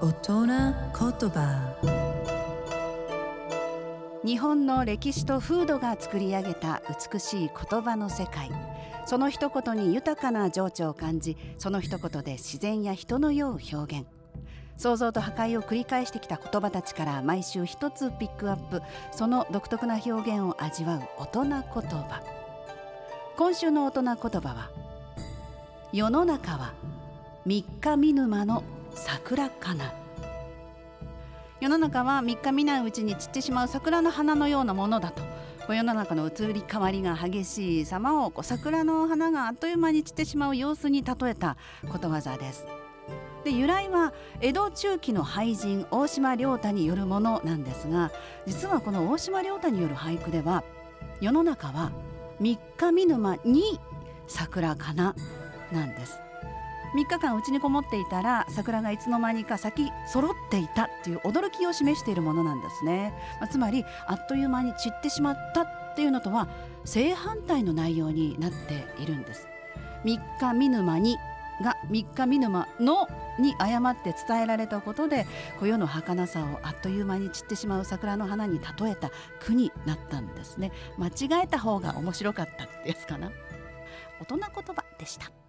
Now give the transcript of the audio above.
大人言葉。 日本の歴史と風土が作り上げた美しい言葉の世界。その一言に豊かな情緒を感じ、その一言で自然や人の世を表現。創造と破壊を繰り返してきた言葉たちから毎週一つピックアップ、その独特な表現を味わう大人言葉。今週の大人言葉は、世の中は三日見沼の桜かな。世の中は3日見ないうちに散ってしまう桜の花のようなものだと。世の中の移り変わりが激しい様を桜の花があっという間に散ってしまう様子に例えたことわざです。で、由来は江戸中期の俳人大島良太によるものなんですが、実はこの大島良太による俳句では、世の中は三日見沼に桜かななんです。3日間うちにこもっていたら桜がいつの間にか咲き揃っていたっていう驚きを示しているものなんですね。つまりあっという間に散ってしまったっていうのとは正反対の内容になっているんです。三日見沼にが三日見沼のに誤って伝えられたことで、世の儚さをあっという間に散ってしまう桜の花に例えた句になったんですね。間違えた方が面白かったってやつかな。大人言葉でした。